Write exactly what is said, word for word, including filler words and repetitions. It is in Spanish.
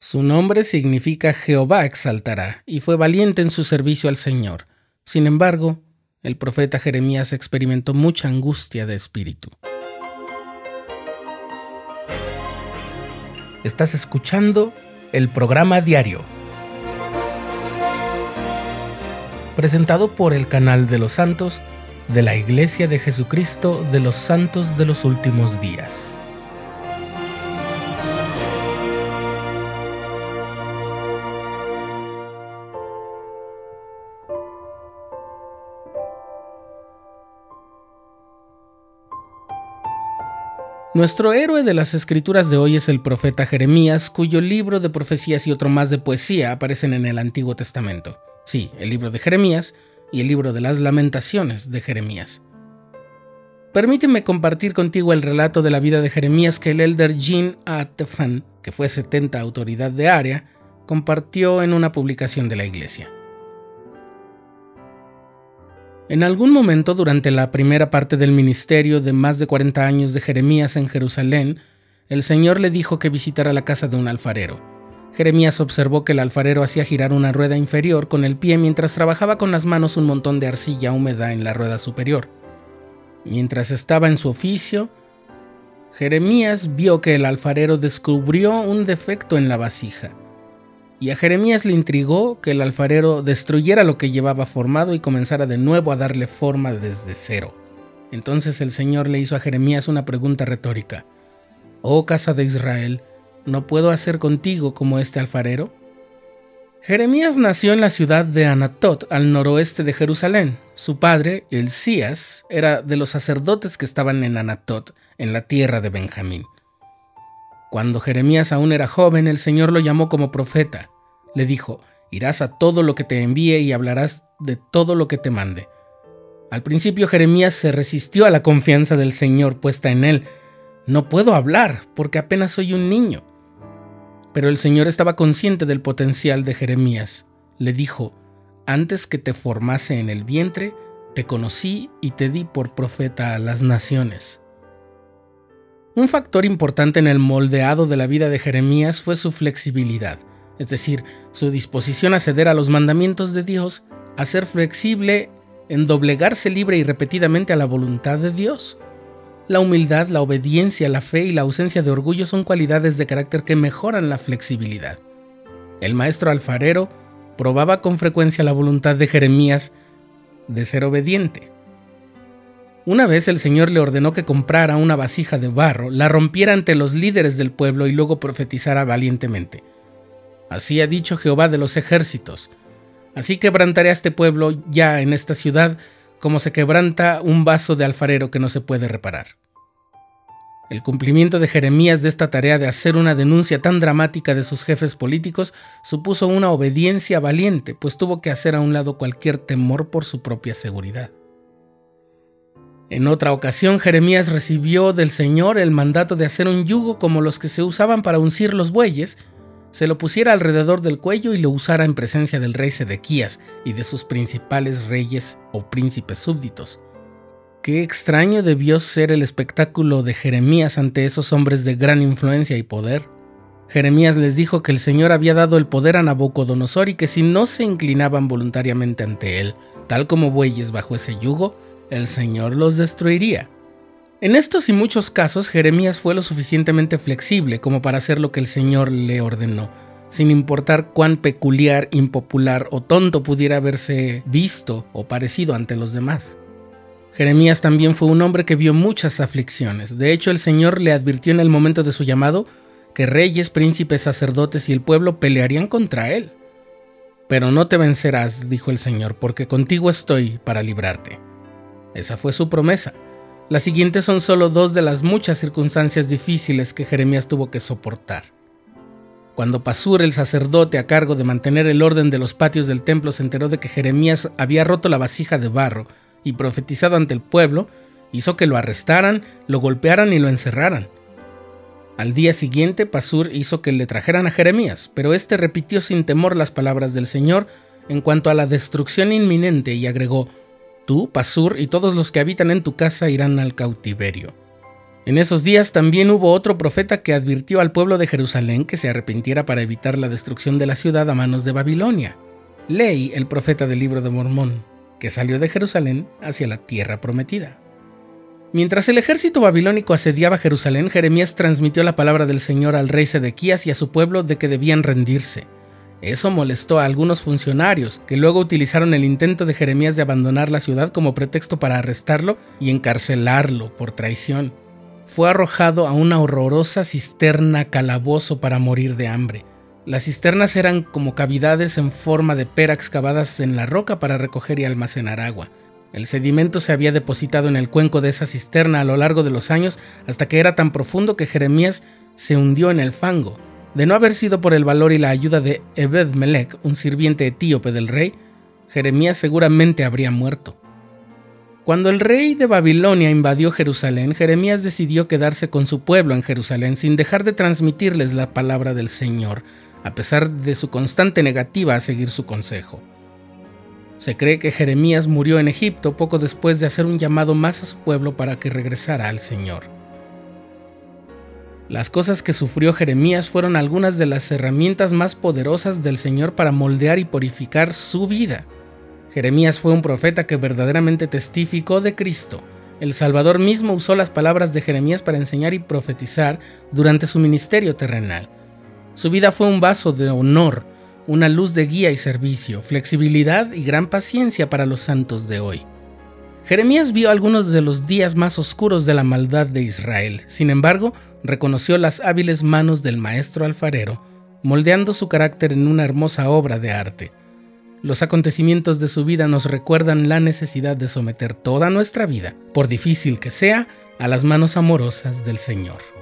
Su nombre significa Jehová exaltará, y fue valiente en su servicio al Señor. Sin embargo, el profeta Jeremías experimentó mucha angustia de espíritu. Estás escuchando el programa diario, presentado por el canal de los santos de la Iglesia de Jesucristo de los Santos de los Últimos Días. Nuestro héroe de las escrituras de hoy es el profeta Jeremías, cuyo libro de profecías y otro más de poesía aparecen en el Antiguo Testamento. Sí, el libro de Jeremías y el libro de las Lamentaciones de Jeremías. Permíteme compartir contigo el relato de la vida de Jeremías que el elder Jean A. Tefan, que fue setenta autoridad de área, compartió en una publicación de la iglesia. En algún momento durante la primera parte del ministerio de más de cuarenta años de Jeremías en Jerusalén, el Señor le dijo que visitara la casa de un alfarero. Jeremías observó que el alfarero hacía girar una rueda inferior con el pie mientras trabajaba con las manos un montón de arcilla húmeda en la rueda superior. Mientras estaba en su oficio, Jeremías vio que el alfarero descubrió un defecto en la vasija. Y a Jeremías le intrigó que el alfarero destruyera lo que llevaba formado y comenzara de nuevo a darle forma desde cero. Entonces el Señor le hizo a Jeremías una pregunta retórica. «Oh casa de Israel, ¿no puedo hacer contigo como este alfarero?» Jeremías nació en la ciudad de Anatot, al noroeste de Jerusalén. Su padre, Hilcías, era de los sacerdotes que estaban en Anatot, en la tierra de Benjamín. Cuando Jeremías aún era joven, el Señor lo llamó como profeta. Le dijo, irás a todo lo que te envíe y hablarás de todo lo que te mande. Al principio Jeremías se resistió a la confianza del Señor puesta en él. No puedo hablar porque apenas soy un niño. Pero el Señor estaba consciente del potencial de Jeremías. Le dijo, antes que te formase en el vientre, te conocí y te di por profeta a las naciones. Un factor importante en el moldeado de la vida de Jeremías fue su flexibilidad. Es decir, su disposición a ceder a los mandamientos de Dios, a ser flexible en doblegarse libre y repetidamente a la voluntad de Dios. La humildad, la obediencia, la fe y la ausencia de orgullo son cualidades de carácter que mejoran la flexibilidad. El maestro alfarero probaba con frecuencia la voluntad de Jeremías de ser obediente. Una vez el Señor le ordenó que comprara una vasija de barro, la rompiera ante los líderes del pueblo y luego profetizara valientemente. Así ha dicho Jehová de los ejércitos. Así quebrantaré a este pueblo ya en esta ciudad como se quebranta un vaso de alfarero que no se puede reparar. El cumplimiento de Jeremías de esta tarea de hacer una denuncia tan dramática de sus jefes políticos supuso una obediencia valiente, pues tuvo que hacer a un lado cualquier temor por su propia seguridad. En otra ocasión, Jeremías recibió del Señor el mandato de hacer un yugo como los que se usaban para uncir los bueyes, se lo pusiera alrededor del cuello y lo usara en presencia del rey Sedequías y de sus principales reyes o príncipes súbditos. Qué extraño debió ser el espectáculo de Jeremías ante esos hombres de gran influencia y poder. Jeremías les dijo que el Señor había dado el poder a Nabucodonosor y que si no se inclinaban voluntariamente ante él, tal como bueyes bajo ese yugo, el Señor los destruiría. En estos y muchos casos, Jeremías fue lo suficientemente flexible como para hacer lo que el Señor le ordenó, sin importar cuán peculiar, impopular o tonto pudiera haberse visto o parecido ante los demás. Jeremías también fue un hombre que vio muchas aflicciones. De hecho, el Señor le advirtió en el momento de su llamado que reyes, príncipes, sacerdotes y el pueblo pelearían contra él. Pero no te vencerás, dijo el Señor, porque contigo estoy para librarte. Esa fue su promesa. Las siguientes son solo dos de las muchas circunstancias difíciles que Jeremías tuvo que soportar. Cuando Pasur, el sacerdote a cargo de mantener el orden de los patios del templo, se enteró de que Jeremías había roto la vasija de barro y profetizado ante el pueblo, hizo que lo arrestaran, lo golpearan y lo encerraran. Al día siguiente, Pasur hizo que le trajeran a Jeremías, pero éste repitió sin temor las palabras del Señor en cuanto a la destrucción inminente y agregó: Tú, Pasur, y todos los que habitan en tu casa irán al cautiverio. En esos días también hubo otro profeta que advirtió al pueblo de Jerusalén que se arrepintiera para evitar la destrucción de la ciudad a manos de Babilonia. Leí, el profeta del libro de Mormón, que salió de Jerusalén hacia la tierra prometida. Mientras el ejército babilónico asediaba Jerusalén, Jeremías transmitió la palabra del Señor al rey Sedequías y a su pueblo de que debían rendirse. Eso molestó a algunos funcionarios, que luego utilizaron el intento de Jeremías de abandonar la ciudad como pretexto para arrestarlo y encarcelarlo por traición. Fue arrojado a una horrorosa cisterna calabozo para morir de hambre. Las cisternas eran como cavidades en forma de pera excavadas en la roca para recoger y almacenar agua. El sedimento se había depositado en el cuenco de esa cisterna a lo largo de los años hasta que era tan profundo que Jeremías se hundió en el fango. De no haber sido por el valor y la ayuda de Ebed-Melech, un sirviente etíope del rey, Jeremías seguramente habría muerto. Cuando el rey de Babilonia invadió Jerusalén, Jeremías decidió quedarse con su pueblo en Jerusalén sin dejar de transmitirles la palabra del Señor, a pesar de su constante negativa a seguir su consejo. Se cree que Jeremías murió en Egipto poco después de hacer un llamado más a su pueblo para que regresara al Señor. Las cosas que sufrió Jeremías fueron algunas de las herramientas más poderosas del Señor para moldear y purificar su vida. Jeremías fue un profeta que verdaderamente testificó de Cristo. El Salvador mismo usó las palabras de Jeremías para enseñar y profetizar durante su ministerio terrenal. Su vida fue un vaso de honor, una luz de guía y servicio, flexibilidad y gran paciencia para los santos de hoy. Jeremías vio algunos de los días más oscuros de la maldad de Israel. Sin embargo, reconoció las hábiles manos del maestro alfarero, moldeando su carácter en una hermosa obra de arte. Los acontecimientos de su vida nos recuerdan la necesidad de someter toda nuestra vida, por difícil que sea, a las manos amorosas del Señor.